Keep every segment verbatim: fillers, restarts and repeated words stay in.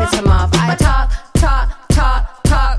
switch them off. I talk, talk, talk, talk.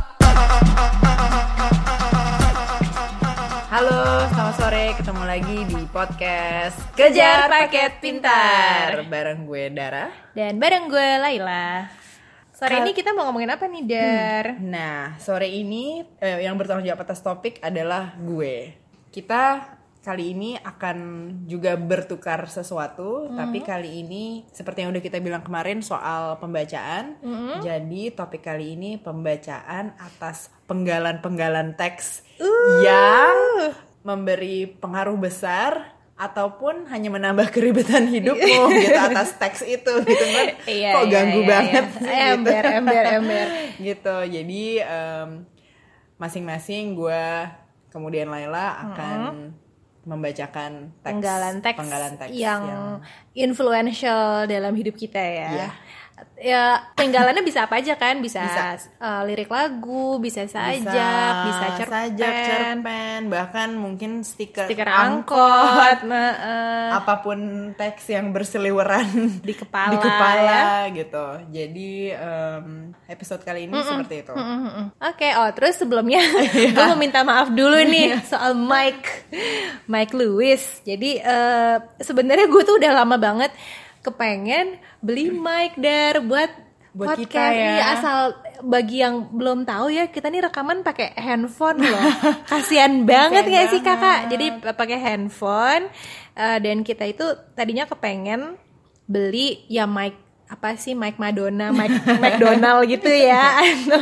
Halo, selamat sore. Ketemu lagi di podcast Kejar Paket Pintar bareng gue Dara dan bareng gue Laila. Sore Kal- ini kita mau ngomongin apa nih, Dar? Hmm. Nah, sore ini eh, yang bertanggung jawab atas topik adalah gue. Kita kali ini akan juga bertukar sesuatu, mm-hmm. tapi kali ini seperti yang udah kita bilang kemarin soal pembacaan. Mm-hmm. Jadi topik kali ini pembacaan atas penggalan-penggalan teks uh. yang memberi pengaruh besar ataupun hanya menambah keribetan hidupmu gitu atas teks itu gitu kan. Iya, kok iya, ganggu iya, banget iya. sih ember, gitu. ember ember gitu. Jadi um, masing-masing gue kemudian Laila akan mm-hmm. membacakan teks penggalan teks, penggalan teks yang, yang influential dalam hidup kita ya. Yeah. Ya, penggalannya bisa apa aja kan? Bisa, bisa. Uh, lirik lagu, bisa sajak, bisa, bisa cerpen, sajak, cerpen, bahkan mungkin stiker, stiker angkot, nah, uh, apapun teks yang berseliweran di kepala, di kepala ya. gitu. Jadi um, episode kali ini Mm-mm. seperti itu. Oke, okay, oh terus sebelumnya gue mau minta maaf dulu nih soal Mike, Mike Lewis. Jadi uh, sebenarnya gue tuh udah lama banget kepengen beli mic Dar buat, buat podcast kita ya. Iya, asal bagi yang belum tahu ya, kita nih rekaman pakai handphone loh. Kasian banget nggak sih kakak? Jadi pakai handphone uh, dan kita itu tadinya kepengen beli ya mic apa sih mic Madonna, mic McDonald gitu ya,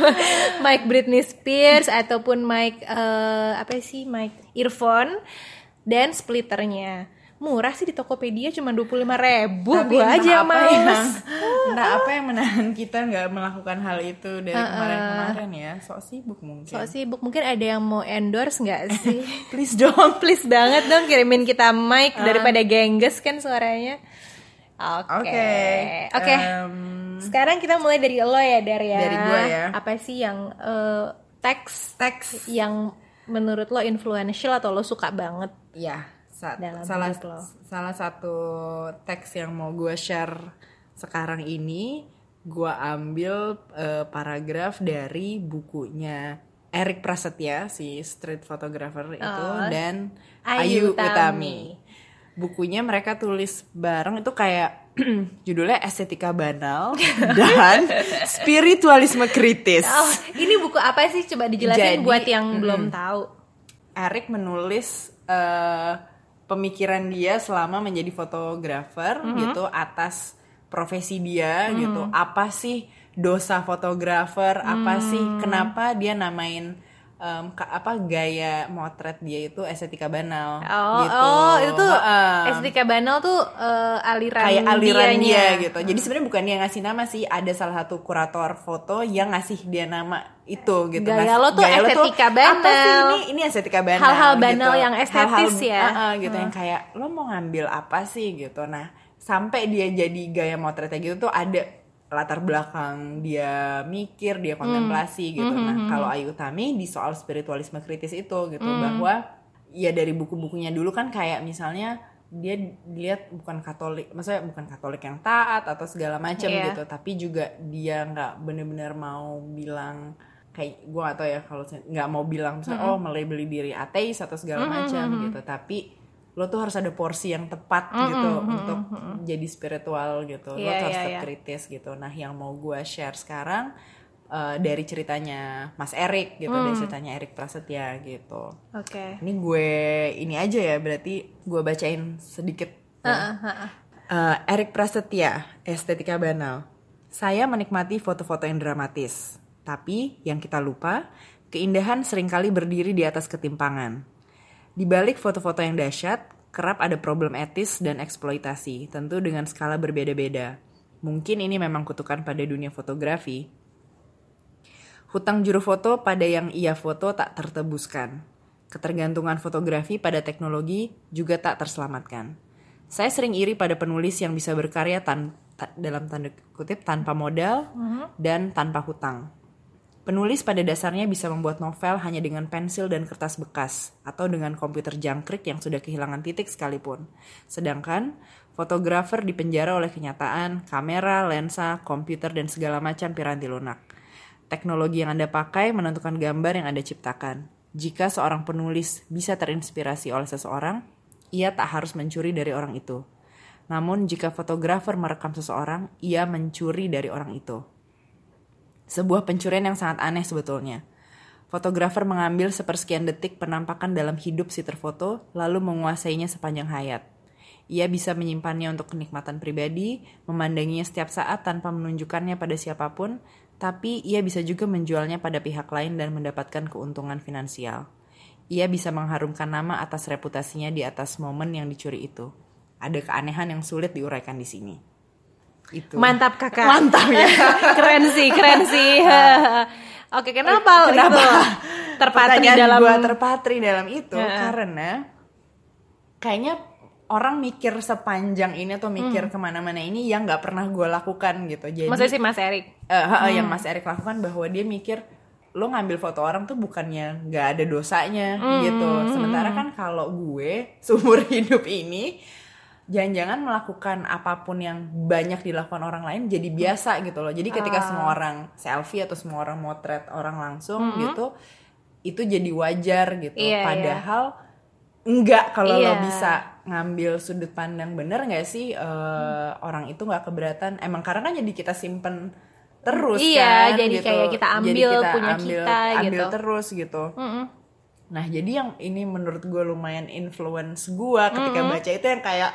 mic Britney Spears ataupun mic uh, apa sih mic earphone dan splitternya. Murah sih di Tokopedia cuma dua puluh lima ribu. Gue aja yang males. Entah apa yang menahan kita gak melakukan hal itu dari uh, kemarin-kemarin ya. Sok sibuk mungkin. Sok sibuk. Mungkin ada yang mau endorse gak sih? Please dong. Please banget dong kirimin kita mic uh. daripada gengges kan suaranya. Oke okay. Oke okay. um, Sekarang kita mulai dari lo ya Dar ya. Dari gue ya. Apa sih yang uh, teks Teks yang menurut lo influential atau lo suka banget? Iya. Sa- salah salah satu teks yang mau gue share sekarang ini gue ambil uh, paragraf dari bukunya Erik Prasetya, si street photographer itu, oh, dan Ayu, Ayu Utami. Utami. Bukunya mereka tulis bareng itu kayak judulnya Estetika Banal dan Spiritualisme Kritis. Oh, ini buku apa sih? Coba dijelasin. Jadi, buat yang mm, belum tahu. Erik menulis uh, pemikiran dia selama menjadi fotografer mm-hmm. gitu atas profesi dia mm-hmm. gitu. Apa sih dosa fotografer? Mm. Apa sih kenapa dia namain um, ka, apa gaya motret dia itu estetika banal oh, gitu. Oh, itu tuh uh, estetika banal tuh uh, aliran kayak aliran dianya. dia gitu. Jadi sebenarnya bukan dia ngasih nama sih, ada salah satu kurator foto yang ngasih dia nama itu gitu. Gaya Mas, lo tuh gaya estetika lo tuh, banal. apa sih ini? Ini estetika banal. Hal-hal banal gitu. yang estetis Hal-hal, ya. Uh, uh, gitu hmm. yang kayak lo mau ngambil apa sih gitu. Nah, sampai dia jadi gaya motretnya gitu tuh ada latar belakang dia mikir, dia kontemplasi hmm. gitu. Hmm. Nah, hmm. kalau Ayu Utami di soal spiritualisme kritis itu gitu hmm. bahwa ya dari buku-bukunya dulu kan kayak misalnya dia dilihat bukan Katolik, maksudnya bukan Katolik yang taat atau segala macam yeah. gitu, tapi juga dia nggak benar-benar mau bilang kayak gue atau ya kalau nggak mau bilang misalnya mm-hmm. oh melabeli diri ateis atau segala mm-hmm. macam gitu, tapi lo tuh harus ada porsi yang tepat mm-hmm. gitu mm-hmm. untuk mm-hmm. jadi spiritual gitu, yeah, lo tuh harus yeah, kritis yeah. gitu. Nah yang mau gue share sekarang Uh, dari ceritanya Mas Erik gitu, hmm. dari ceritanya Erik Prasetya gitu. Oke. Okay. Ini gue ini aja ya, berarti gue bacain sedikit. Ya. Uh, uh, uh. Uh, Erik Prasetya, Estetika Banal. Saya menikmati foto-foto yang dramatis, tapi yang kita lupa, keindahan seringkali berdiri di atas ketimpangan. Di balik foto-foto yang dahsyat, kerap ada problem etis dan eksploitasi, tentu dengan skala berbeda-beda. Mungkin ini memang kutukan pada dunia fotografi. Hutang juru foto pada yang ia foto tak tertebuskan. Ketergantungan fotografi pada teknologi juga tak terselamatkan. Saya sering iri pada penulis yang bisa berkarya tan- ta- dalam tanda kutip tanpa modal uh-huh. dan tanpa hutang. Penulis pada dasarnya bisa membuat novel hanya dengan pensil dan kertas bekas atau dengan komputer jangkrik yang sudah kehilangan titik sekalipun. Sedangkan Fotografer dipenjara oleh kenyataan, kamera, lensa, komputer, dan segala macam piranti lunak. Teknologi yang Anda pakai menentukan gambar yang Anda ciptakan. Jika seorang penulis bisa terinspirasi oleh seseorang, ia tak harus mencuri dari orang itu. Namun jika fotografer merekam seseorang, ia mencuri dari orang itu. Sebuah pencurian yang sangat aneh sebetulnya. Fotografer mengambil sepersekian detik penampakan dalam hidup si terfoto, lalu menguasainya sepanjang hayat. Ia bisa menyimpannya untuk kenikmatan pribadi, memandanginya setiap saat tanpa menunjukkannya pada siapapun, tapi ia bisa juga menjualnya pada pihak lain dan mendapatkan keuntungan finansial. Ia bisa mengharumkan nama atas reputasinya di atas momen yang dicuri itu. Ada keanehan yang sulit diuraikan di sini. Itu. Mantap kakak. Mantap ya. Keren sih, keren sih. Oke, kenapa, kenapa itu terpatri dalam gua terpatri dalam itu? Ya. Karena kayaknya orang mikir sepanjang ini atau mikir hmm. kemana-mana ini yang nggak pernah gue lakukan gitu. Jadi maksudnya si Mas Erik uh, uh, hmm. yang Mas Erik lakukan bahwa dia mikir lo ngambil foto orang tuh bukannya nggak ada dosanya hmm. gitu. Sementara kan kalau gue seumur hidup ini jangan-jangan melakukan apapun yang banyak dilakukan orang lain jadi biasa gitu loh. Jadi ketika uh. semua orang selfie atau semua orang motret orang langsung hmm. gitu, itu jadi wajar gitu. Iya, Padahal iya. enggak kalau iya. lo bisa ngambil sudut pandang bener nggak sih uh, hmm. orang itu nggak keberatan. Emang karena kan jadi kita simpen terus iya, kan jadi gitu. kayak kita ambil jadi kita punya ambil, kita ambil gitu terus gitu. Mm-mm. Nah jadi yang ini menurut gue lumayan influence gue ketika mm-hmm. baca itu yang kayak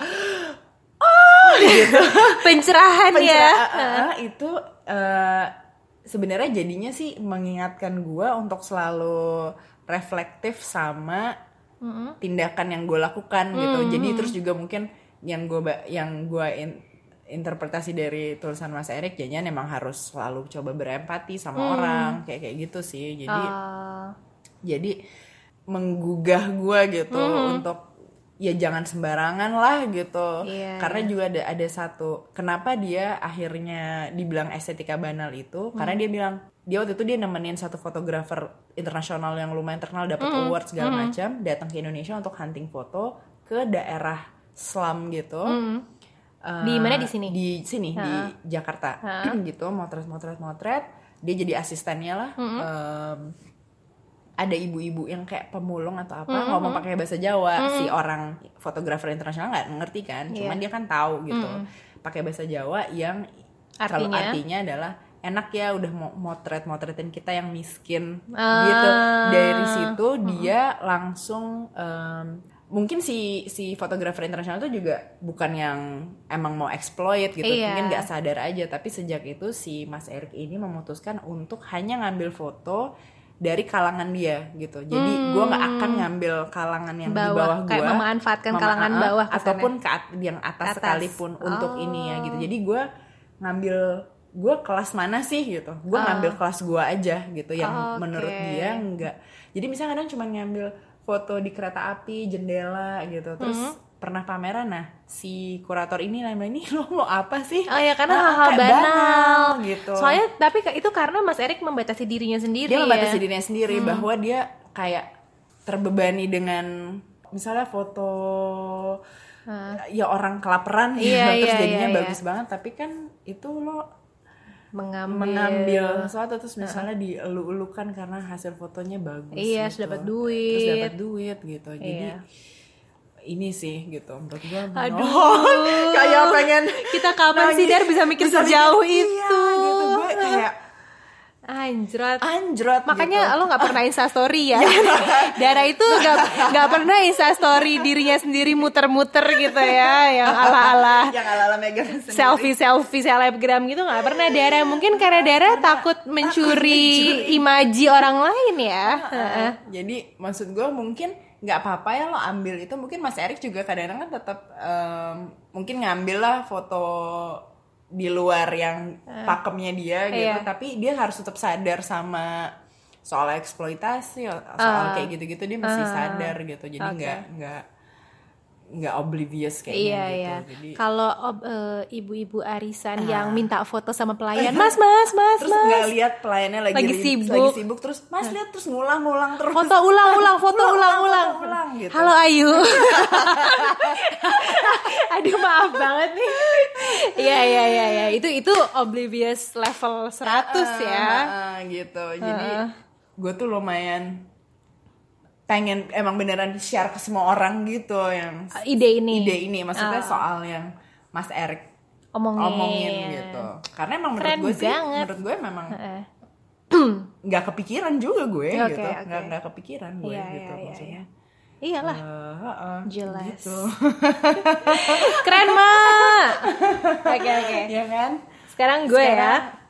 oh gitu pencerahan ya uh, itu uh, sebenarnya jadinya sih mengingatkan gue untuk selalu reflektif sama Mm-hmm. tindakan yang gue lakukan gitu. Mm-hmm. Jadi terus juga mungkin yang gue yang gue in, interpretasi dari tulisan Mas Erik jadinya emang harus selalu coba berempati sama mm. orang kayak kayak gitu sih. Jadi uh. jadi menggugah gue gitu mm. untuk ya jangan sembarangan lah gitu. Yeah. Karena juga ada ada satu kenapa dia akhirnya dibilang estetika banal itu mm. karena dia bilang dia waktu itu dia nemenin satu fotografer internasional yang lumayan terkenal dapat mm. award segala mm. macam datang ke Indonesia untuk hunting foto ke daerah slum gitu mm. uh, di mana di sini di sini ha. di Jakarta gitu motret motret motret dia jadi asistennya lah mm. um, ada ibu-ibu yang kayak pemulung atau apa mm. ngomong pakai bahasa Jawa mm. si orang fotografer internasional nggak ngerti kan yeah. cuman dia kan tahu gitu mm. pakai bahasa Jawa yang kalau artinya? artinya adalah enak ya udah motret-motretin kita yang miskin uh, gitu. Dari situ uh, dia langsung um, mungkin si si fotografer internasional itu juga bukan yang emang mau exploit gitu, iya. mungkin nggak sadar aja. Tapi sejak itu si Mas Erik ini memutuskan untuk hanya ngambil foto dari kalangan dia gitu. Jadi hmm. gue nggak akan ngambil kalangan yang bawah, di bawah gue, kayak memanfaatkan mema- kalangan uh, bawah ataupun ke at- yang atas, atas sekalipun oh. untuk ini ya gitu. Jadi gue ngambil gue kelas mana sih gitu, gue uh. ngambil kelas gue aja gitu yang oh, okay. menurut dia enggak. Jadi misalnya kadang cuma ngambil foto di kereta api jendela gitu, terus mm-hmm. pernah pameran, nah si kurator ini nanya ini lo mau apa sih? Oh ya karena nah, hal-hal banal. banal gitu. Soalnya tapi itu karena Mas Erik membatasi dirinya sendiri. Dia membatasi ya? dirinya sendiri hmm. bahwa dia kayak terbebani dengan misalnya foto uh. ya orang kelaparan iya, gitu, terus iya, jadinya iya, bagus iya. banget, tapi kan itu lo mengambil, mengambil sesuatu terus misalnya uh. dielu-elukan karena hasil fotonya bagus. Iya, gitu. dapat duit. Terus dapat duit gitu. Jadi iya. ini sih gitu menurut gue. Aduh, oh, kayak pengen kita kapan sih Dar bisa mikir bisa sejauh mikir, itu? Iya, gitu gue kayak anjrot. Anjrot. Makanya gitu. lo nggak pernah instastory ya? Dara itu nggak nggak pernah instastory dirinya sendiri muter-muter gitu ya, yang ala-ala. yang ala-ala Megan sendiri. Selfie selfie selebgram gitu nggak pernah Dara. Mungkin karena Dara takut mencuri imaji orang lain ya. Uh-uh. Jadi maksud gue mungkin nggak apa-apa ya lo ambil itu. Mungkin Mas Erik juga kadang-kadang kan tetap um, mungkin ngambil lah foto di luar yang pakemnya dia gitu, iya. tapi dia harus tetap sadar sama soal eksploitasi, soal uh, kayak gitu-gitu dia mesti uh, sadar gitu. Jadi nggak okay. nggak nggak oblivious kayaknya iya, gitu. Iya. Jadi kalau uh, ibu-ibu arisan uh. yang minta foto sama pelayan, mas mas mas terus mas, nggak lihat pelayannya lagi, lagi sibuk, lagi sibuk terus mas lihat terus ngulang-ngulang terus foto ulang-ulang, foto ulang-ulang, gitu. Halo Ayu. Aduh maaf banget nih. Iya iya iya ya. Itu itu oblivious level seratus uh, ya. Uh, uh, gitu. Jadi uh. gue tuh lumayan pengen emang beneran share ke semua orang gitu yang ide ini ide ini maksudnya uh. soal yang Mas Erik omongin, omongin gitu karena emang menurut gue sih menurut gue memang nggak uh. kepikiran juga gue okay, gitu okay. nggak nggak kepikiran gue iya, gitu iya, maksudnya iya. Iyalah uh, uh, uh, jelas gitu. Keren Mak. Oke oke ya kan sekarang gue sekarang, ya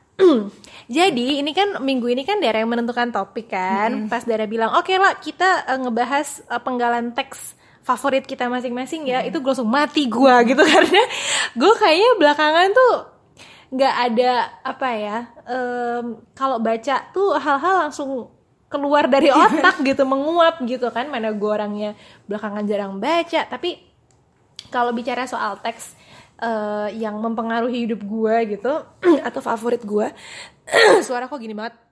jadi ini kan minggu ini kan Dara yang menentukan topik kan. Mm-hmm. Pas Dara bilang oke okay lah kita uh, ngebahas uh, penggalan teks favorit kita masing-masing ya. Mm-hmm. Itu gue langsung mati gue gitu karena gue kayaknya belakangan tuh nggak ada apa ya um, kalau baca tuh hal-hal langsung keluar dari otak gitu, menguap gitu kan. Mana gue orangnya belakangan jarang baca, tapi kalau bicara soal teks Uh, yang mempengaruhi hidup gue gitu atau favorit gue suara kok gini banget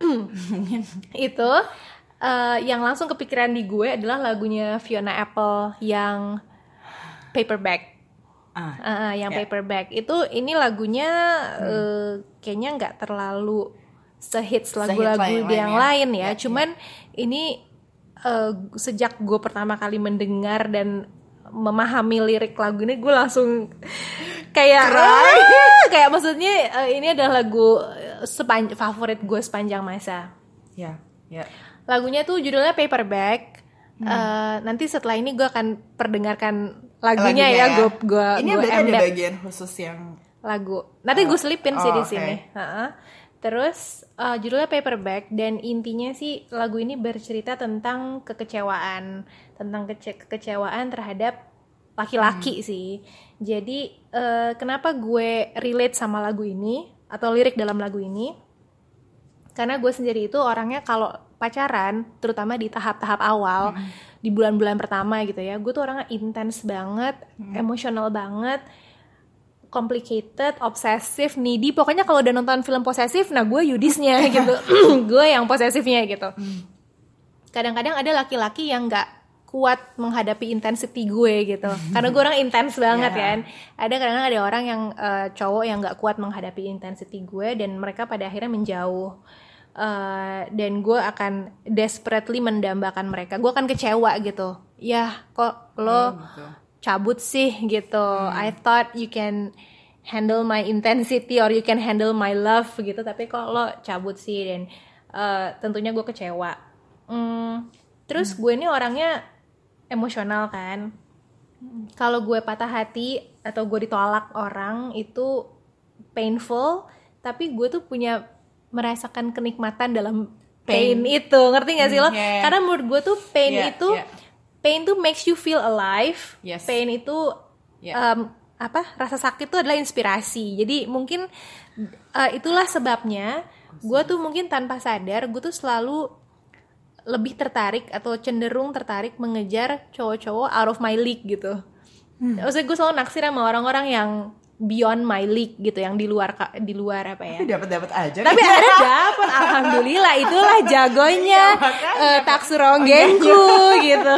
itu uh, yang langsung kepikiran di gue adalah lagunya Fiona Apple yang Paperback. ah, uh, yang yeah. Paperback itu ini lagunya hmm. uh, kayaknya nggak terlalu sehits lagu-lagu Se-hit yang lain, lain ya, yeah, cuman yeah. ini uh, sejak gue pertama kali mendengar dan memahami lirik lagu ini gue langsung kayak ah, kayak maksudnya uh, ini adalah lagu sepanj- favorit gue sepanjang masa. Ya, yeah, ya. Yeah. Lagunya tuh judulnya Paperback. Hmm. Uh, nanti setelah ini gue akan perdengarkan lagunya, lagunya ya. Gue gue ini gue ada bagian khusus yang lagu. Nanti uh, gue selipin oh, sih di okay. sini. Uh-huh. Terus uh, judulnya Paperback dan intinya sih lagu ini bercerita tentang kekecewaan, tentang kece- kekecewaan terhadap laki-laki hmm. sih. Jadi uh, kenapa gue relate sama lagu ini atau lirik dalam lagu ini? Karena gue sendiri itu orangnya kalau pacaran, terutama di tahap-tahap awal, hmm. di bulan-bulan pertama gitu ya, gue tuh orangnya intens banget, hmm. emosional banget, complicated, obsesif, needy. Pokoknya kalau udah nonton film posesif, nah gue Yudisnya gitu. Gue yang posesifnya gitu. Kadang-kadang ada laki-laki yang gak kuat menghadapi intensity gue gitu. Karena gue orang intens banget yeah. kan. Ada kadang-kadang ada orang yang uh, cowok yang gak kuat menghadapi intensity gue dan mereka pada akhirnya menjauh. Uh, dan gue akan desperately mendambakan mereka. Gue akan kecewa gitu. Ya kok lo... Hmm, gitu. Cabut sih gitu. Hmm. I thought you can handle my intensity or you can handle my love gitu, tapi kok lo cabut sih. Dan uh, tentunya gue kecewa. Hmm, terus hmm. gue ini orangnya emosional kan. Hmm. Kalau gue patah hati atau gue ditolak orang itu painful, tapi gue tuh punya merasakan kenikmatan dalam pain, pain itu. Ngerti gak sih lo? Yeah. Karena menurut gue tuh pain yeah, itu yeah. pain tuh makes you feel alive. Yes. Pain itu yeah. um, apa? Rasa sakit itu adalah inspirasi. Jadi mungkin uh, itulah sebabnya gue tuh mungkin tanpa sadar gue tuh selalu lebih tertarik atau cenderung tertarik mengejar cowok-cowok out of my league gitu. Hmm. Maksudnya gue selalu naksir sama orang-orang yang beyond my league gitu, yang di luar di luar apa ya? Tapi dapat-dapat aja. Tapi ada dapat, alhamdulillah, itulah jagonya ya, uh, taksuronggenku gitu.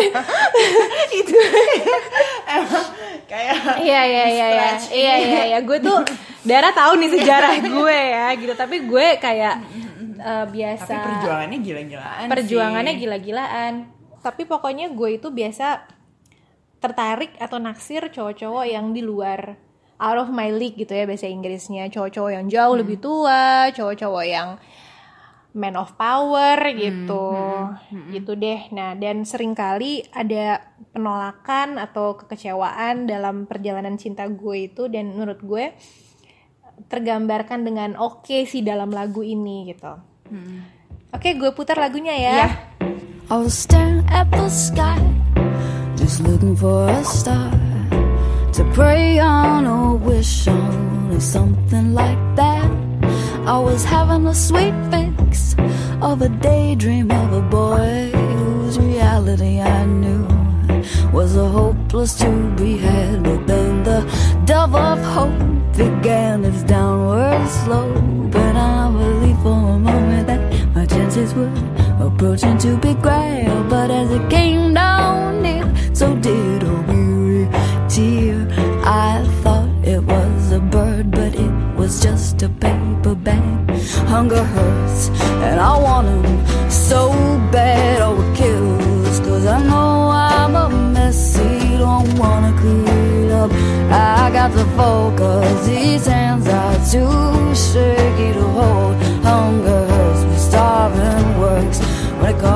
Itu emang kayak iya iya iya iya iya iya ya. Gue tuh Dara tahu nih sejarah gue ya gitu, tapi gue kayak uh, biasa. Tapi perjuangannya gila-gilaan. Perjuangannya sih. gila-gilaan. Tapi pokoknya gue itu biasa tertarik atau naksir cowok-cowok yang di luar out of my league gitu ya bahasa Inggrisnya, cowok-cowok yang jauh hmm. lebih tua, cowok-cowok yang man of power gitu, hmm. Hmm. gitu deh. Nah, dan seringkali ada penolakan atau kekecewaan dalam perjalanan cinta gue itu, dan menurut gue tergambarkan dengan oke okay sih dalam lagu ini gitu. Hmm. Oke, okay, gue putar lagunya ya. Yeah. I was staring at the sky, just looking for a star to pray on or wish on or something like that. I was having a sweet fix of a daydream of a boy whose reality I knew. was a hopeless to be had. But then the dove of hope began its downward slope, and I believed for a moment that my chances were approaching to be grabbed. But as it came down near, so did a weary tear. I thought it was a bird, but it was just a paper bag. Hunger hurts, and I want 'em so bad. Oh, it kills, 'cause I know I'm a messy, don't wanna clean up. I got to focus, these hands are too shaky to hold. Hunger hurts, but starving works when it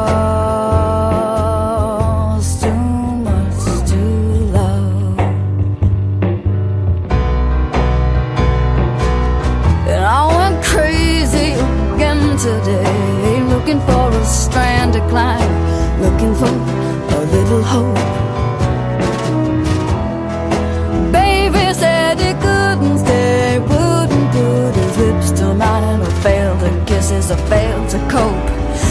costs too much to love. And I went crazy again today, looking for a strand to climb, looking for a little hope. Baby said he couldn't stay, wouldn't put his lips to mine, and I failed to kisses, I failed to cope.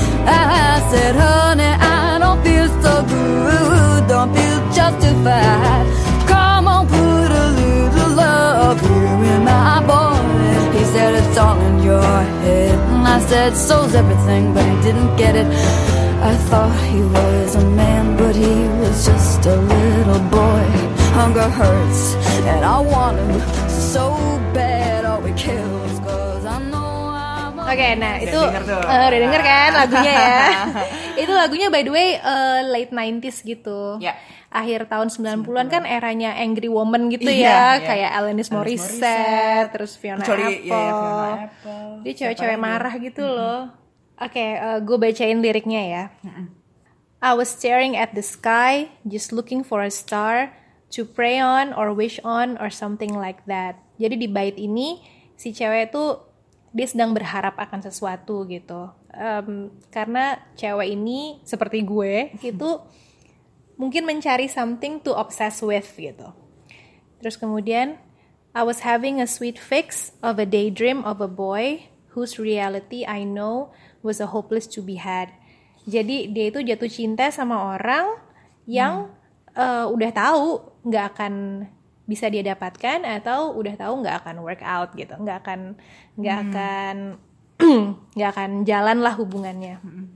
I said, honey, I don't feel so good, don't feel justified. Come on, put a little love here in my voice. He said, it's all in your head. And I said, so's everything, but he didn't get it. I thought he was a man, but he was just a little boy. Hunger hurts, and I want him so bad. Oh, it kills, 'cause I know I'm a... Oke, okay, nah itu denger uh, udah denger kan lagunya ya. Itu lagunya by the way uh, late nineties gitu. Yeah. Akhir tahun sembilan puluhan kan eranya Angry Woman gitu ya, yeah, yeah. kayak Alanis Morissette, terus Fiona Kecuali, Apple. Yeah, yeah, Fiona Apple. Dia cewek-cewek marah gitu mm-hmm. loh. Oke, okay, uh, gue bacain liriknya ya. Mm-hmm. I was staring at the sky, just looking for a star to pray on or wish on or something like that. Jadi di bait ini si cewek tuh dia sedang berharap akan sesuatu gitu. Um, karena cewek ini seperti gue itu mungkin mencari something to obsess with gitu. Terus kemudian I was having a sweet fix of a daydream of a boy whose reality I know was a hopeless to be had. Jadi dia itu jatuh cinta sama orang yang hmm. uh, udah tahu nggak akan bisa dia dapatkan, atau udah tahu nggak akan work out gitu, nggak akan nggak hmm. akan nggak akan jalan lah hubungannya. Hmm.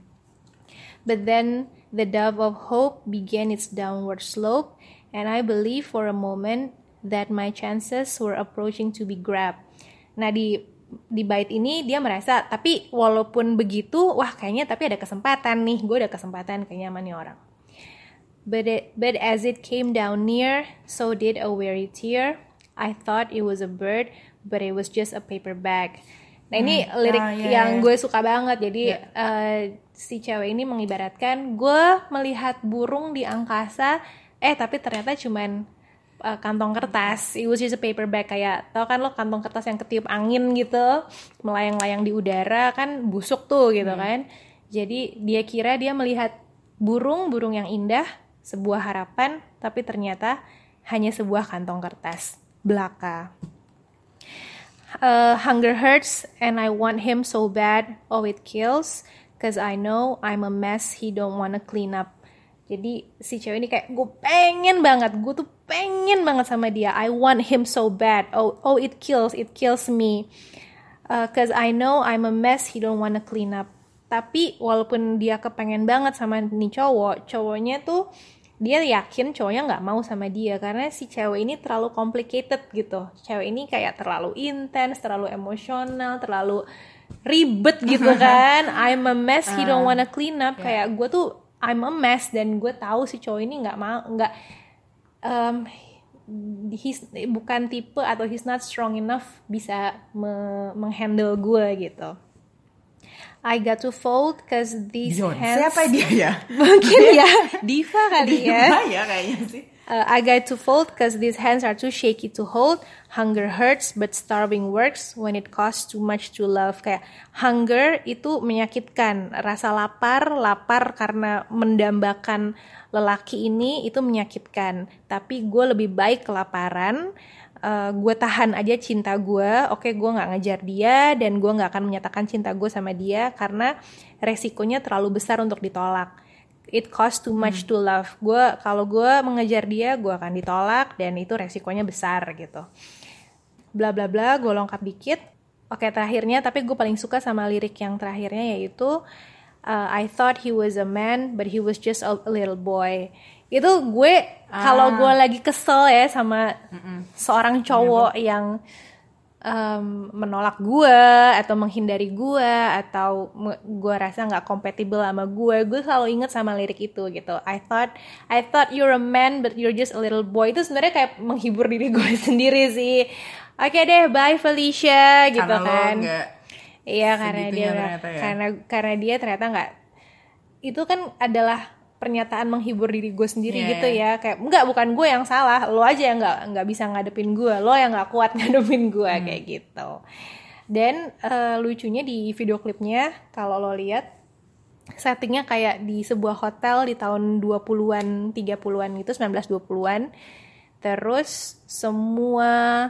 But then the dove of hope began its downward slope, and I believe for a moment that my chances were approaching to be grabbed. Nah di di bait ini dia merasa, tapi walaupun begitu, wah kayaknya tapi ada kesempatan nih, gue ada kesempatan kayaknya sama nih orang. But it, but as it came down near, so did a weary tear. I thought it was a bird, but it was just a paper bag. Nah ini hmm. lirik ah, yeah, yang yeah. gue suka banget. Jadi yeah. uh, si cewek ini mengibaratkan gue melihat burung di angkasa, eh tapi ternyata cuman uh, kantong kertas. It was just a paper bag. Kayak tau kan lo kantong kertas yang ketiup angin gitu, melayang-layang di udara kan busuk tuh gitu hmm. kan. Jadi dia kira dia melihat burung-burung yang indah, sebuah harapan, tapi ternyata hanya sebuah kantong kertas belaka. Uh, hunger hurts and I want him so bad, oh it kills, cause I know I'm a mess he don't wanna clean up. Jadi si cewek ini kayak, gue pengen banget, gue tuh pengen banget sama dia. I want him so bad, oh oh it kills, it kills me, uh, cause I know I'm a mess he don't wanna clean up. Tapi walaupun dia kepengen banget sama nih cowok, cowoknya tuh dia yakin cowoknya nggak mau sama dia karena si cewek ini terlalu complicated gitu. Cewek ini kayak terlalu intens, terlalu emosional, terlalu ribet gitu kan. I'm a mess, he don't wanna clean up. Yeah. Kayak gue tuh I'm a mess, dan gue tahu si cowok ini nggak mau, nggak um, he's bukan tipe atau he's not strong enough bisa me- menghandle gue gitu. I got to fold cause these Beyonce, hands. Siapa dia ya? Mungkin ya diva kali ya. Diva ya kayaknya sih. Uh, I got to fold cause these hands are too shaky to hold. Hunger hurts but starving works when it costs too much to love. Kayak hunger itu menyakitkan, rasa lapar, lapar karena mendambakan lelaki ini itu menyakitkan. Tapi gue lebih baik kelaparan. Uh, gue tahan aja cinta gue, oke okay, gue gak ngejar dia, dan gue gak akan menyatakan cinta gue sama dia karena resikonya terlalu besar untuk ditolak. it costs too much hmm. to love. Gue kalau gue mengejar dia, gue akan ditolak dan itu resikonya besar gitu. Bla bla bla, gue lengkap dikit. Oke, terakhirnya, tapi gue paling suka sama lirik yang terakhirnya yaitu uh, I thought he was a man, but he was just a little boy. Itu gue ah. kalau gue lagi kesel ya sama Mm-mm. seorang cowok mm-hmm. yang Um, menolak gue atau menghindari gue atau me- gue rasa nggak compatible sama gue, gue selalu inget sama lirik itu gitu. I thought I thought you're a man but you're just a little boy. Itu sebenarnya kayak menghibur diri gue sendiri sih. Oke deh, bye Felicia gitu karena kan. Iya karena dia ya. karena karena dia ternyata nggak. Itu kan adalah pernyataan menghibur diri gue sendiri yeah. gitu ya, kayak enggak, bukan gue yang salah, lo aja yang nggak nggak bisa ngadepin gue, lo yang nggak kuat ngadepin gue hmm. kayak gitu. Dan uh, lucunya di video klipnya kalau lo lihat settingnya kayak di sebuah hotel di tahun dua puluhan tiga puluhan gitu, sembilan belas dua puluhan. Terus semua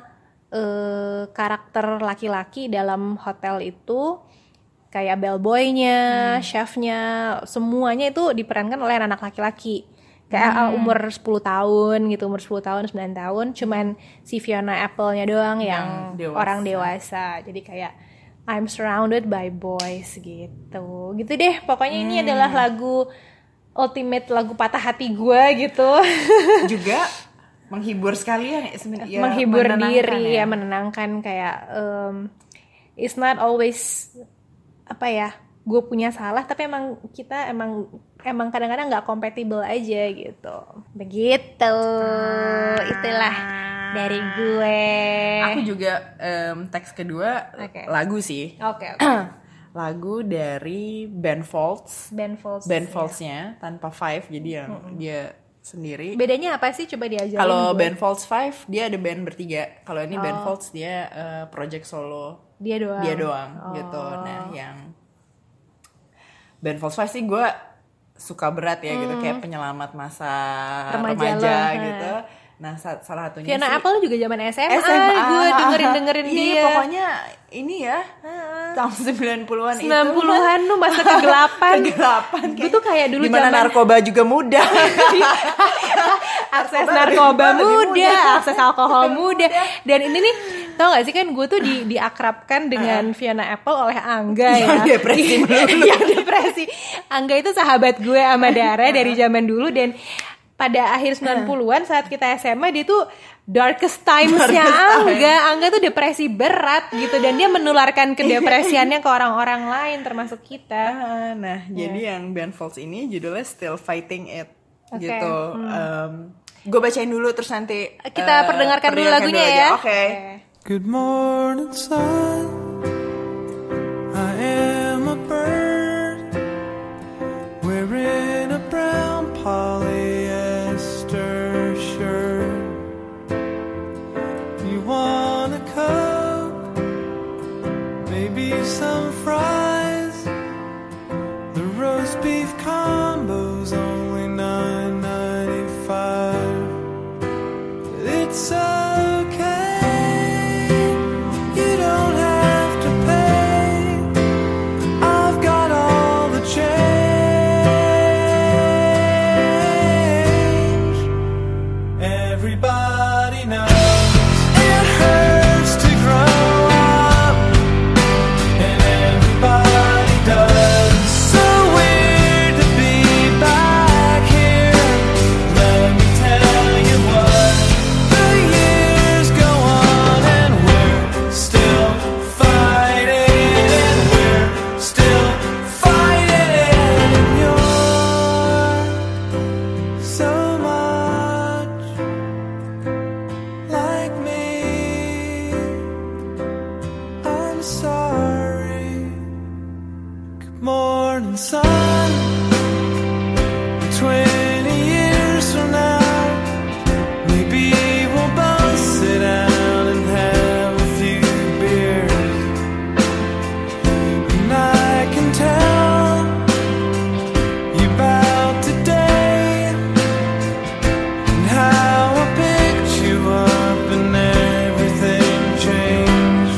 uh, karakter laki-laki dalam hotel itu kayak bellboy-nya, hmm. chef-nya, semuanya itu diperankan oleh anak laki-laki. Kayak hmm. umur sepuluh tahun gitu, umur sepuluh tahun, sembilan tahun. Cuman si Fiona Apple-nya doang yang, yang dewasa. Orang dewasa. Jadi kayak I'm surrounded by boys gitu. Gitu deh, pokoknya hmm. ini adalah lagu ultimate, lagu patah hati gue gitu. Juga menghibur sekalian ya, menghibur diri ya, ya menenangkan kayak um, it's not always apa ya, gue punya salah, tapi emang kita emang emang kadang-kadang nggak compatible aja gitu. Begitu, ah. itulah dari gue. Aku juga um, teks kedua okay. lagu sih. Oke. Okay, okay. Lagu dari Ben Folds. Ben Folds. Ben Folds-nya ya. Tanpa Five, jadi yang mm-hmm. dia sendiri. Bedanya apa sih? Coba diajarin. Kalau Ben Folds Five dia ada band bertiga. Kalau ini oh. Ben Folds dia uh, project solo. Dia doang. Dia doang oh. gitu. Nah, yang Ben Folds Five sih gue suka berat ya hmm. gitu, kayak penyelamat masa remaja, remaja gitu. Nah, salah satunya Fiona sih Apple juga zaman S M A, S M A gue dengerin-dengerin iya, dia. Pokoknya ini ya. Tahun sembilan puluhan itu. sembilan puluhan tuh masa kegelapan. Kegelapan. Gue tuh kayak dulu dimana zaman narkoba juga mudah. Akses narkoba muda, muda, akses alkohol muda. Dan ini nih, tau gak sih kan gue tuh di diakrabkan dengan uh. Fiona Apple oleh Angga ya. Yang depresi Yang depresi. Angga itu sahabat gue sama Dara dari zaman dulu, dan pada akhir sembilan puluhan saat kita S M A dia tuh darkest times-nya Angga. Angga tuh depresi berat gitu, dan dia menularkan kedepresiannya ke orang-orang lain termasuk kita. Nah, yeah. jadi yang Ben Folds ini judulnya Still Fighting It okay. gitu. Hmm. Um, gue bacain dulu terus nanti kita uh, perdengarkan dulu lagunya dulu ya. Oke. Okay. Okay. Good morning sun, I am a bird wearing a brown polyester shirt. You want a Coke, maybe some fries, the roast beef combo's only nine ninety-five. It's a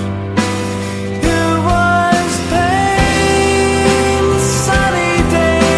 day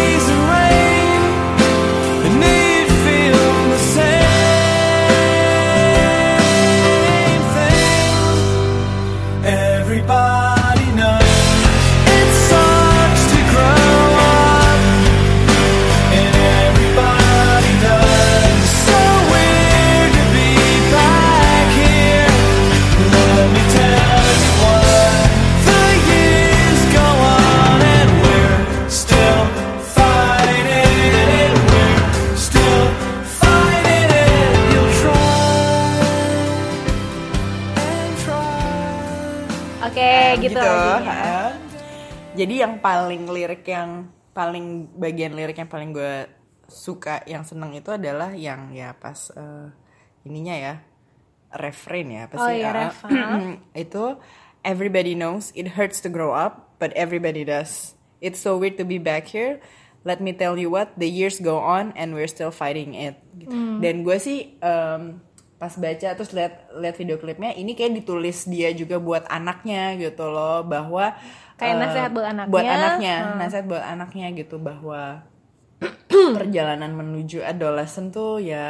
Jadi yang paling lirik yang paling bagian lirik yang paling gue suka, yang seneng itu adalah yang ya pas uh, ininya ya refrain ya apa sih? Oh iya, uh, ref, itu everybody knows it hurts to grow up, but everybody does. It's so weird to be back here. Let me tell you what, the years go on and we're still fighting it. Gitu. Hmm. Dan gue sih um, pas baca terus lihat lihat video klipnya, ini kayak ditulis dia juga buat anaknya gitu loh, bahwa kayak uh, nasihat buat anaknya. Buat anaknya, hmm. nasihat buat anaknya gitu, bahwa perjalanan menuju adolescent tuh ya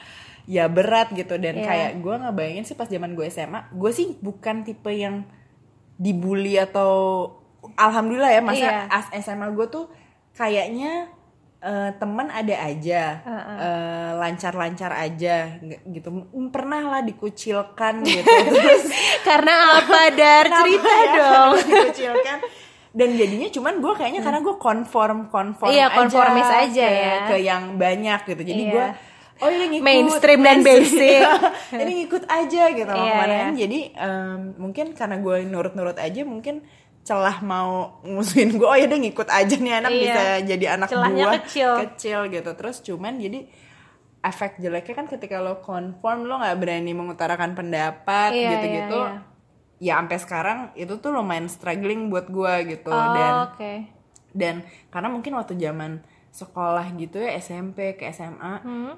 ya berat gitu. Dan yeah. kayak gue ngebayangin sih pas zaman gue S M A, gue sih bukan tipe yang dibully atau alhamdulillah ya masa yeah. as S M A gue tuh kayaknya uh, teman ada aja, uh-uh. uh, lancar-lancar aja gitu. Pernah lah dikucilkan gitu terus karena apa Dar, cerita ya, dong. Dikucilkan. Dan jadinya cuman gue kayaknya hmm. karena gue konform konform iya, aja, konformis aja ke, ya ke yang banyak gitu. Jadi iya. gue oh ini ngikut mainstream dan basic. Ini ngikut aja gitu iya, kemarin. iya. Jadi um, mungkin karena gue nurut-nurut aja, mungkin celah mau ngusuin gue, oh ya udah ngikut aja nih anak, iya. bisa jadi anak celahnya buah kecil. kecil gitu. Terus cuman jadi efek jeleknya kan ketika lo konform, lo nggak berani mengutarakan pendapat iya, gitu-gitu. Iya, iya. Ya sampai sekarang itu tuh lumayan struggling buat gue gitu. Oh, dan okay. dan karena mungkin waktu zaman sekolah gitu ya, S M P ke S M A, hmm.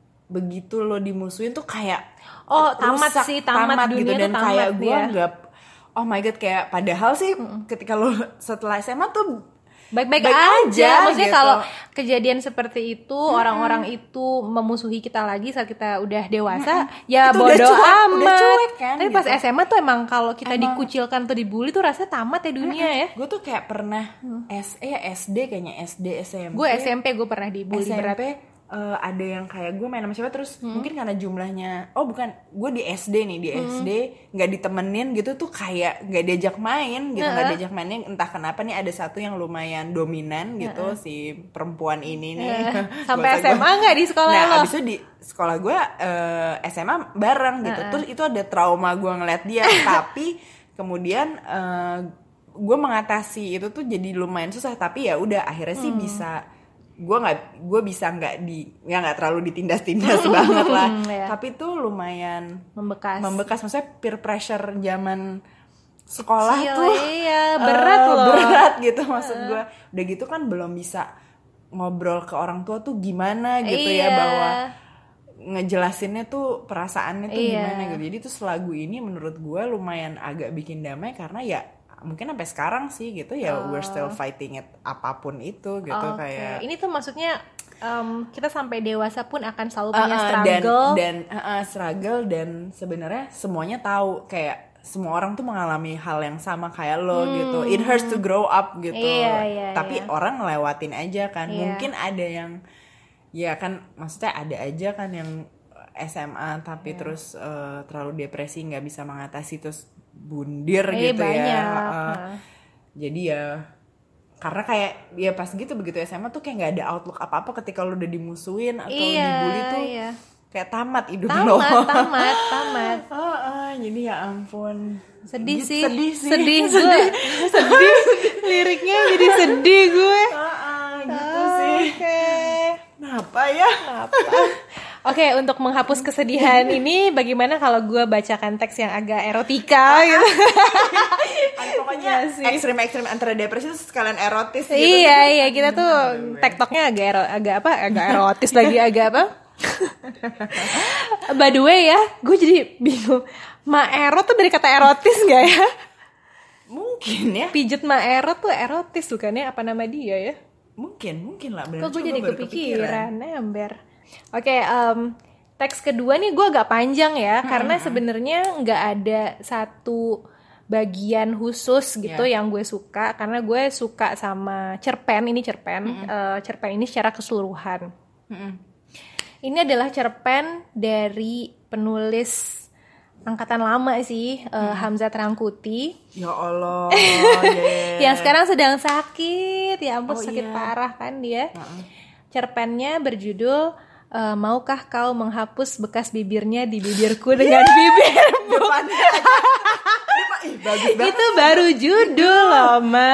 begitu lo dimusuhin tuh kayak oh tamat rusak, sih tamat, tamat dunia gitu. Dan tamat kayak gue ya. nggak oh my god, kayak padahal sih hmm. ketika lo setelah S M A tuh baik-baik baik aja, aja maksudnya gitu. Kalau kejadian seperti itu hmm. orang-orang itu memusuhi kita lagi saat kita udah dewasa, hmm. ya itu bodo udah cuek, amat udah cuek kan, tapi gitu. pas S M A tuh emang kalau kita emang, dikucilkan atau dibully tuh rasanya tamat ya dunia hmm. ya. Gue tuh kayak pernah hmm. S E S D kayaknya S D S M P gue S M P gue pernah dibully S M P, berat. Uh, ada yang kayak gue main sama siapa terus hmm. mungkin karena jumlahnya, oh bukan, gue di S D nih, di hmm. S D nggak ditemenin gitu tuh, kayak nggak diajak main gitu, nggak uh-huh. diajak mainin, entah kenapa nih ada satu yang lumayan dominan gitu, uh-huh. si perempuan ini nih uh-huh. sampai S M A nggak di sekolah nah, lo? Abis itu di sekolah gue uh, S M A bareng gitu, uh-huh. terus itu ada trauma gue ngeliat dia tapi kemudian uh, gue mengatasi itu tuh jadi lumayan susah, tapi ya udah akhirnya sih hmm. bisa gue nggak gue bisa nggak di ya nggak terlalu ditindas-tindas banget lah, yeah. tapi tuh lumayan membekas membekas maksudnya peer pressure zaman sekolah Kecil, tuh iya, berat uh, loh berat gitu maksud gue. Udah gitu kan belum bisa ngobrol ke orang tua tuh gimana gitu iya. ya, bahwa ngejelasinnya tuh perasaannya tuh iya. gimana gitu. Jadi tuh lagu ini menurut gue lumayan agak bikin damai, karena ya mungkin sampai sekarang sih gitu ya, oh. we're still fighting it apapun itu gitu. Okay. Kayak ini tuh maksudnya um, kita sampai dewasa pun akan selalu punya uh, struggle dan, dan uh, uh, struggle dan sebenarnya semuanya tahu, kayak semua orang tuh mengalami hal yang sama kayak lo hmm. gitu. It hurts to grow up gitu. Iya, iya, tapi iya. orang ngelewatin aja kan. Iya. Mungkin ada yang ya kan, maksudnya ada aja kan yang S M A tapi yeah. terus uh, terlalu depresi, nggak bisa mengatasi, terus bundir eh, gitu banyak. ya. Uh, jadi ya karena kayak ya pas gitu begitu S M A tuh kayak nggak ada outlook apa-apa ketika lo udah dimusuhin atau iya, dibully tuh iya. kayak tamat hidup tamat, lo. Tamat, tamat, tamat. Oh, oh, jadi ya ampun. Sedih gitu, sih. Sedih sih. Sedih gue. sedih. Liriknya jadi sedih gue. Oh, oh, gitu oh, sih. Oke. Okay. Kenapa ya? Kenapa? Oke, okay, untuk menghapus kesedihan ini, bagaimana kalau gue bacakan teks yang agak erotika gitu? Pokoknya ekstrim-ekstrim antara depresi itu sekalian erotis gitu. Iya, iya, kita tuh tektoknya agak ero, agak apa? Agak erotis lagi, agak apa? By the way ya, gue jadi bingung. Maero tuh dari kata erotis gak ya? Mungkin ya. Pijet Maero tuh erotis bukannya, apa nama dia ya? Mungkin, mungkin lah. Kok gue jadi kepikiran, ember. Oke, okay, um, teks kedua nih gue agak panjang ya, hmm, karena sebenarnya nggak ada satu bagian khusus gitu yeah. yang gue suka, karena gue suka sama cerpen ini cerpen, hmm. uh, cerpen ini secara keseluruhan. Hmm. Ini adalah cerpen dari penulis angkatan lama sih, uh, hmm. Hamzat Rangkuti. Ya Allah, yeah. yang sekarang sedang sakit, ya ampun oh, sakit yeah. parah kan dia. Uh-uh. Cerpennya berjudul Uh, maukah kau menghapus bekas bibirnya di bibirku dengan bibirmu? Depannya aja. Ih, bagus banget. Itu baru judul loh, Ma. Oh my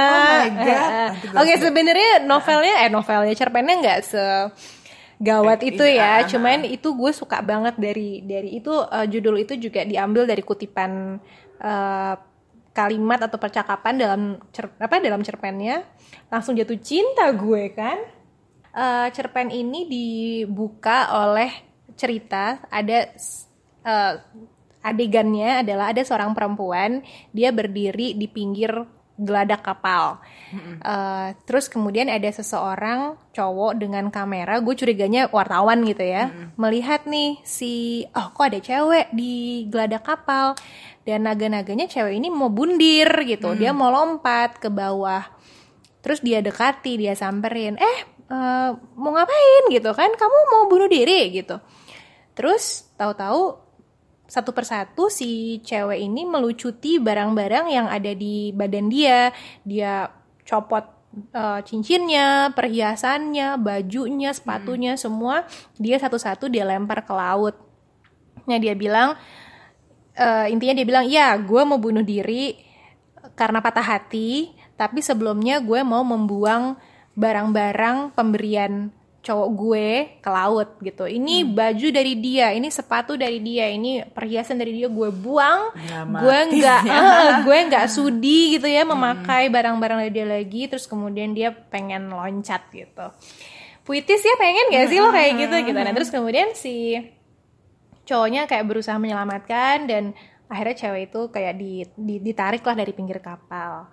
my god. Oke, sebenarnya novelnya eh novelnya cerpennya nggak se gawat itu ya, cuman itu gue suka banget dari dari itu uh, judul itu juga diambil dari kutipan uh, kalimat atau percakapan dalam cer, apa dalam cerpennya. Langsung jatuh cinta gue kan. Uh, cerpen ini dibuka oleh cerita ada uh, adegannya adalah ada seorang perempuan, dia berdiri di pinggir geladak kapal. Mm-hmm. Uh, terus kemudian ada seseorang cowok dengan kamera, gue curiganya wartawan gitu ya, mm-hmm. melihat nih si, oh kok ada cewek di geladak kapal, dan naga-naganya cewek ini mau bundir gitu, mm-hmm. dia mau lompat ke bawah, terus dia dekati, dia samperin, eh uh, mau ngapain gitu kan, kamu mau bunuh diri gitu, terus tahu-tahu satu persatu si cewek ini melucuti barang-barang yang ada di badan dia. Dia copot uh, cincinnya, perhiasannya, bajunya, sepatunya, hmm. semua. Dia satu-satu dia lempar ke laut. Nah dia bilang, uh, intinya dia bilang, ya gue mau bunuh diri karena patah hati. Tapi sebelumnya gue mau membuang barang-barang pemberian cowok gue ke laut gitu. Ini hmm. baju dari dia, ini sepatu dari dia, ini perhiasan dari dia, gue buang. Dramatis, gue nggak, ya. uh, gue nggak sudi gitu ya memakai hmm. barang-barang dari dia lagi. Terus kemudian dia pengen loncat gitu. Puitis ya, pengen nggak sih lo kayak gitu gitu. Nah terus kemudian si cowoknya kayak berusaha menyelamatkan dan akhirnya cewek itu kayak di, di, ditarik lah dari pinggir kapal.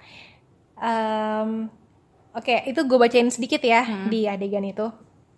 Um, Oke, okay, itu gue bacain sedikit ya hmm. di adegan itu.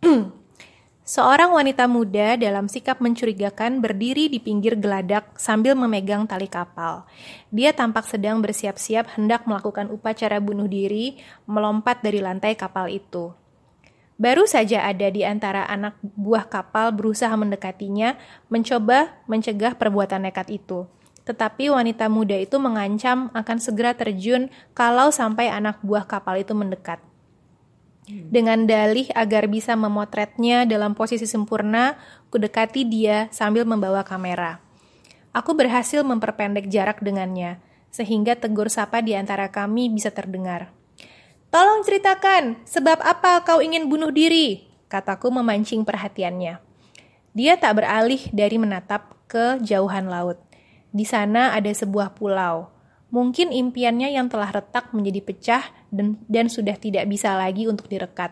Seorang wanita muda dalam sikap mencurigakan berdiri di pinggir geladak sambil memegang tali kapal. Dia tampak sedang bersiap-siap hendak melakukan upacara bunuh diri, melompat dari lantai kapal itu. Baru saja ada di antara anak buah kapal berusaha mendekatinya, mencoba mencegah perbuatan nekat itu. Tetapi wanita muda itu mengancam akan segera terjun kalau sampai anak buah kapal itu mendekat. Dengan dalih agar bisa memotretnya dalam posisi sempurna, kudekati dia sambil membawa kamera. Aku berhasil memperpendek jarak dengannya, sehingga tegur sapa di antara kami bisa terdengar. "Tolong ceritakan, sebab apa kau ingin bunuh diri?" kataku memancing perhatiannya. Dia tak beralih dari menatap ke jauhan laut. Di sana ada sebuah pulau. Mungkin impiannya yang telah retak menjadi pecah dan, dan sudah tidak bisa lagi untuk direkat.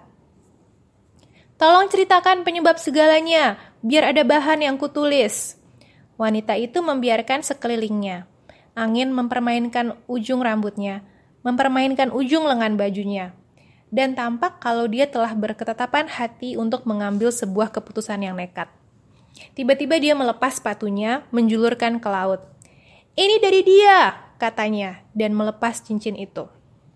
"Tolong ceritakan penyebab segalanya, biar ada bahan yang kutulis." Wanita itu membiarkan sekelilingnya. Angin mempermainkan ujung rambutnya, mempermainkan ujung lengan bajunya. Dan tampak kalau dia telah berketetapan hati untuk mengambil sebuah keputusan yang nekat. Tiba-tiba dia melepas sepatunya, menjulurkan ke laut. "Ini dari dia," katanya, dan melepas cincin itu.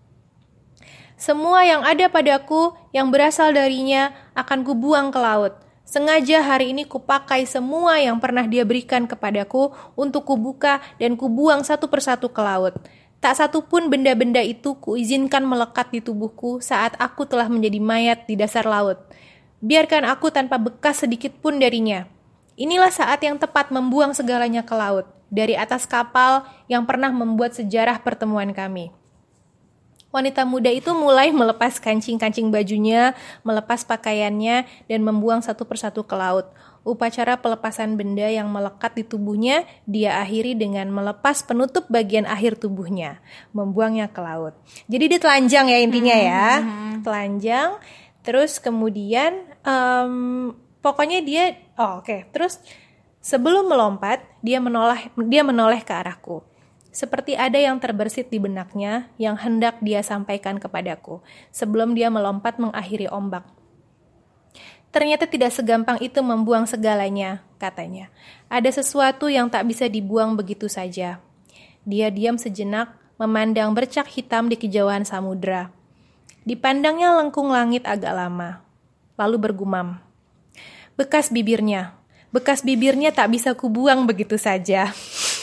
"Semua yang ada padaku, yang berasal darinya, akan kubuang ke laut. Sengaja hari ini kupakai semua yang pernah dia berikan kepadaku untuk kubuka dan kubuang satu persatu ke laut. Tak satu pun benda-benda itu kuizinkan melekat di tubuhku saat aku telah menjadi mayat di dasar laut. Biarkan aku tanpa bekas sedikit pun darinya. Inilah saat yang tepat membuang segalanya ke laut, dari atas kapal yang pernah membuat sejarah pertemuan kami." Wanita muda itu mulai melepas kancing-kancing bajunya, melepas pakaiannya, dan membuang satu persatu ke laut. Upacara pelepasan benda yang melekat di tubuhnya dia akhiri dengan melepas penutup bagian akhir tubuhnya, membuangnya ke laut. Jadi dia telanjang ya intinya ya, telanjang. Terus kemudian um, pokoknya dia, oh oke, okay. Terus sebelum melompat dia menoleh, dia menoleh ke arahku. Seperti ada yang terbersit di benaknya yang hendak dia sampaikan kepadaku sebelum dia melompat mengakhiri ombak. "Ternyata tidak segampang itu membuang segalanya," katanya. "Ada sesuatu yang tak bisa dibuang begitu saja." Dia diam sejenak, memandang bercak hitam di kejauhan samudera. Dipandangnya lengkung langit agak lama, lalu bergumam. "Bekas bibirnya, bekas bibirnya tak bisa kubuang begitu saja."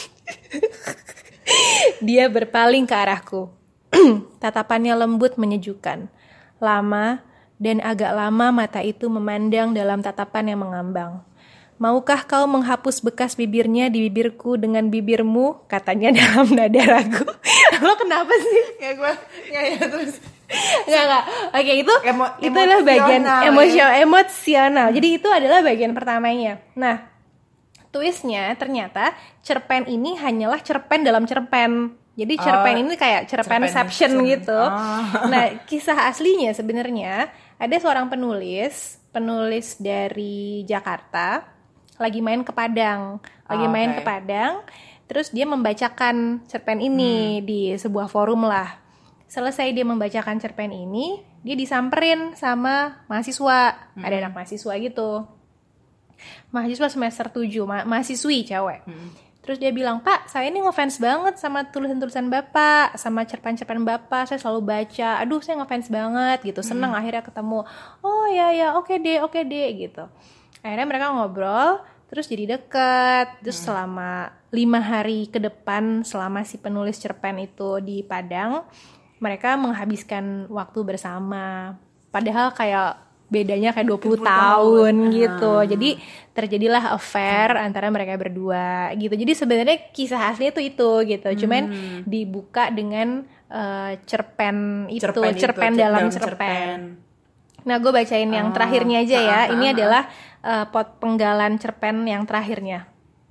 Dia berpaling ke arahku. Tatapannya lembut menyejukkan. Lama dan agak lama mata itu memandang dalam tatapan yang mengambang. "Maukah kau menghapus bekas bibirnya di bibirku dengan bibirmu?" katanya dalam nada ragu. Lo kenapa sih? Ya gue, ya ya terus. Enggak, enggak. Oke, itu Emo- itu adalah bagian emosional, emosional, emosional. Jadi itu adalah bagian pertamanya. Nah, twistnya ternyata cerpen ini hanyalah cerpen dalam cerpen. Jadi cerpen oh, ini kayak cerpenception gitu. Oh. Nah, kisah aslinya sebenarnya ada seorang penulis, penulis dari Jakarta, lagi main ke Padang, lagi oh, main okay. ke Padang, terus dia membacakan cerpen ini hmm. di sebuah forum lah. Selesai dia membacakan cerpen ini, dia disamperin sama mahasiswa, hmm. ada anak mahasiswa gitu, mahasiswa semester tujuh, ma- mahasiswi cewek. Hmm. Terus dia bilang, Pak, saya ini ngefans banget sama tulisan-tulisan Bapak, sama cerpen-cerpen Bapak, saya selalu baca. Aduh, saya ngefans banget gitu, seneng hmm. akhirnya ketemu. Oh ya ya, oke okay deh, oke okay deh gitu. Akhirnya mereka ngobrol, terus jadi deket. Terus hmm. selama lima hari ke depan, selama si penulis cerpen itu di Padang, mereka menghabiskan waktu bersama. Padahal kayak bedanya kayak dua puluh tahun gitu. Hmm. Jadi terjadilah affair hmm. antara mereka berdua gitu. Jadi sebenarnya kisah aslinya tuh itu gitu. Hmm. Cuman dibuka dengan uh, cerpen itu, cerpen, cerpen itu, dalam cerpen. cerpen. Nah, gue bacain yang oh. terakhirnya aja ya. Uh, Ini uh, adalah uh, pot penggalan cerpen yang terakhirnya.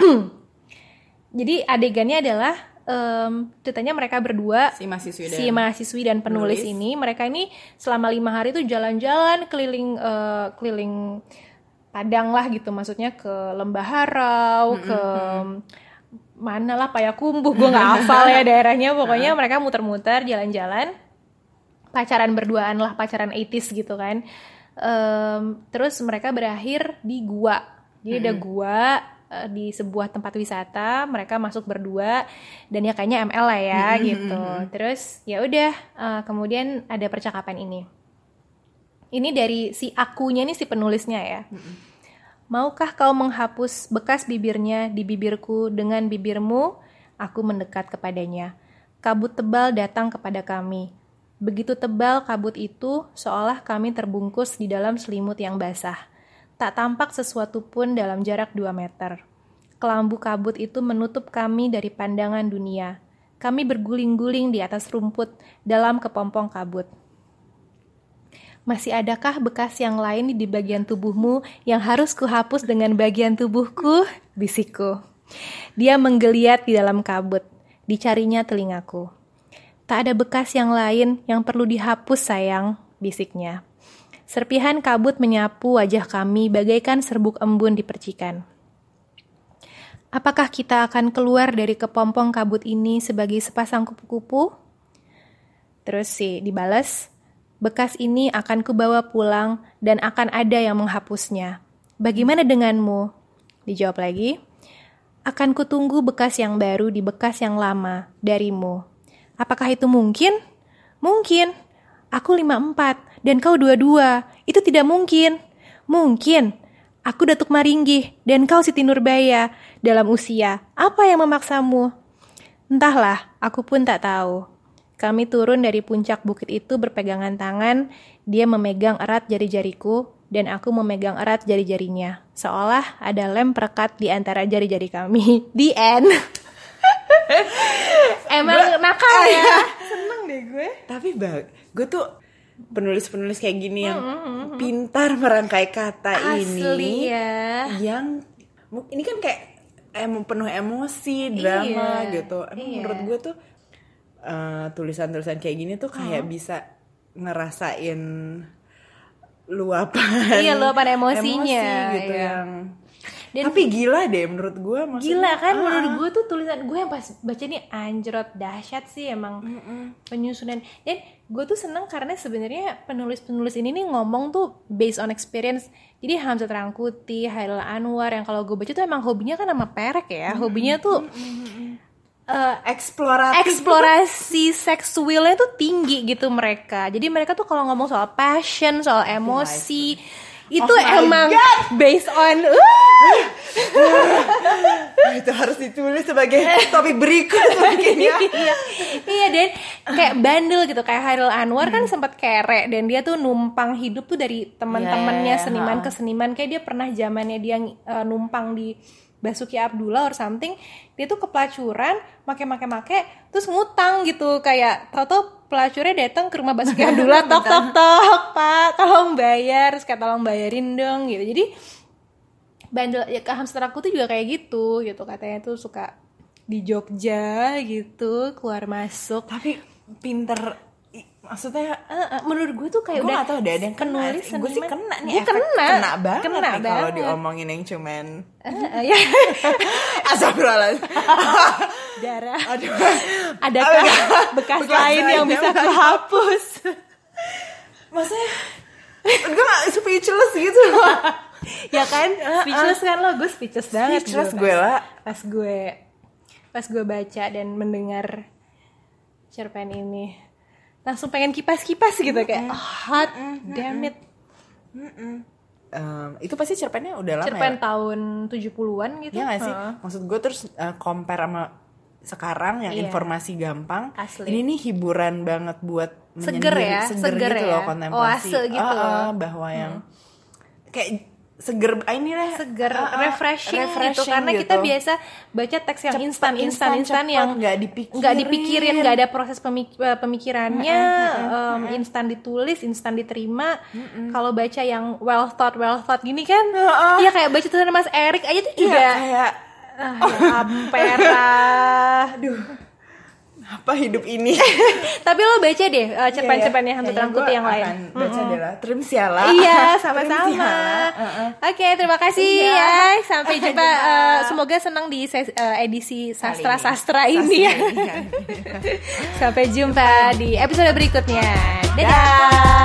Jadi adegannya adalah Um, ceritanya mereka berdua si mahasiswi dan, si mahasiswi dan penulis, penulis ini mereka ini selama lima hari itu jalan-jalan keliling uh, keliling Padang lah gitu, maksudnya ke Lembah Harau, mm-hmm. ke mana lah Payakumbuh, gue nggak hafal ya daerahnya, pokoknya mereka muter-muter jalan-jalan, pacaran berduaan lah, pacaran eighties gitu kan. Um, terus mereka berakhir di gua, jadi mm-hmm. ada gua di sebuah tempat wisata, mereka masuk berdua dan ya kayaknya M L lah ya mm-hmm. gitu. Terus ya udah uh, kemudian ada percakapan ini. Ini dari si akunya nih, si penulisnya ya. Mm-hmm. Maukah kau menghapus bekas bibirnya di bibirku dengan bibirmu? Aku mendekat kepadanya. Kabut tebal datang kepada kami. Begitu tebal kabut itu, seolah kami terbungkus di dalam selimut yang basah. Tak tampak sesuatu pun dalam jarak dua meter. Kelambu kabut itu menutup kami dari pandangan dunia. Kami berguling-guling di atas rumput dalam kepompong kabut. Masih adakah bekas yang lain di bagian tubuhmu yang harus kuhapus dengan bagian tubuhku? Bisikku. Dia menggeliat di dalam kabut. Dicarinya telingaku. Tak ada bekas yang lain yang perlu dihapus, sayang, bisiknya. Serpihan kabut menyapu wajah kami bagaikan serbuk embun di percikan. Apakah kita akan keluar dari kepompong kabut ini sebagai sepasang kupu-kupu? Terus sih dibalas, bekas ini akan kubawa pulang dan akan ada yang menghapusnya. Bagaimana denganmu? Dijawab lagi, akan kutunggu bekas yang baru di bekas yang lama darimu. Apakah itu mungkin? Mungkin. Aku lima empat dan kau dua dua. Itu tidak mungkin. Mungkin. Aku Datuk Maringgih dan kau Siti Nurbaya dalam usia. Apa yang memaksamu? Entahlah, aku pun tak tahu. Kami turun dari puncak bukit itu berpegangan tangan. Dia memegang erat jari-jariku dan aku memegang erat jari-jarinya. Seolah ada lem perekat di antara jari-jari kami. The end. Emang nakal ya. Seneng deh gue. Tapi bang, gue tuh penulis-penulis kayak gini yang mm-hmm. pintar merangkai kata. Asli ini ya. Yang ini kan kayak em, penuh emosi, drama iya, gitu. Emang iya. Menurut gue tuh uh, tulisan-tulisan kayak gini tuh kayak hmm. bisa ngerasain luapan. Iya, luapan emosinya emosi gitu iya. yang Dan, tapi gila deh menurut gue. Gila kan ah. menurut gue tuh tulisan gue yang pas baca nih anjrot dahsyat sih emang mm-mm. penyusunan. Dan gue tuh seneng karena sebenarnya penulis-penulis ini nih ngomong tuh based on experience. Jadi Hamzat Rangkuti, Hairil Anwar yang kalau gue baca tuh emang hobinya kan sama perek ya. Mm-hmm. Hobinya tuh mm-hmm. uh, eksplorasi eksplorasi seksualnya tuh tinggi gitu mereka. Jadi mereka tuh kalau ngomong soal passion, soal emosi itu oh emang God. Based on uh. itu harus ditulis sebagai topik berikut mungkin ya. Iya, iya dan kayak bandel gitu, kayak Hairil Anwar hmm. kan sempat kere dan dia tuh numpang hidup tuh dari teman-temannya yeah, seniman yeah. ke seniman. Kayak dia pernah zamannya dia uh, numpang di Basuki Abdullah or something, dia tuh kepelacuran, make-make-make, terus ngutang gitu, kayak tau-tau pelacurnya datang ke rumah Basuki Abdullah, tok tok tok, Pak, tolong bayar, terus kayak tolong bayarin dong gitu. Jadi bandel ya, hamster aku tuh juga kayak gitu gitu, katanya tuh suka di Jogja gitu, keluar masuk. Tapi pinter, maksudnya uh, uh, menurut gue tuh kayak gue udah gak tau, ada yang kena. penulis Gue sih kena nih, gue efek kena kena banget kena nih kalau diomongin yang cuman uh, uh, ya. astagfirullahaladzim. Darah. Aduh. Adakah bekas, bekas lain yang bisa aku hapus? Maksudnya gue gak speechless gitu. Ya kan, speechless kan lo, gue speechless banget. Speechless gue lah. Pas gue pas gue baca dan mendengar cerpen ini, langsung pengen kipas-kipas gitu, kayak oh, hot damn it. Um, itu pasti cerpennya udah lama cerpen ya? tahun tujuh puluhan gitu. Ya gak sih? Uh. Maksud gue terus uh, compare sama sekarang yang yeah. informasi gampang. Asli. Ini nih hiburan banget buat seger ya, seger, seger gitu ya. loh, kontemplasi. Oase gitu. Uh, uh, bahwa yang hmm. kayak seger, ini lah seger, uh, uh, refreshing, refreshing gitu. Karena gitu. kita biasa baca teks yang instan, instan, instan yang nggak dipikirin, nggak dipikirin, nggak ada proses pemik- pemikirannya, uh, uh, uh, um, instan ditulis, instan diterima. Uh, uh. Kalau baca yang well thought, well thought gini kan, uh, uh. ya kayak baca tulisan Mas Erik aja tuh juga. Iya, kayak ah, ya ampera. Aduh. Apa hidup ini? Tapi lo baca deh uh, cerpen-cerpennya Hantu Terang Putih yang lain. Akan baca deh lah. Trim siala. Iya, sama-sama. Uh-uh. Oke, okay, terima kasih ya. Sampai jumpa. Uh, semoga senang di ses- uh, edisi sastra-sastra ini ya. Sampai jumpa di episode berikutnya. Dadah.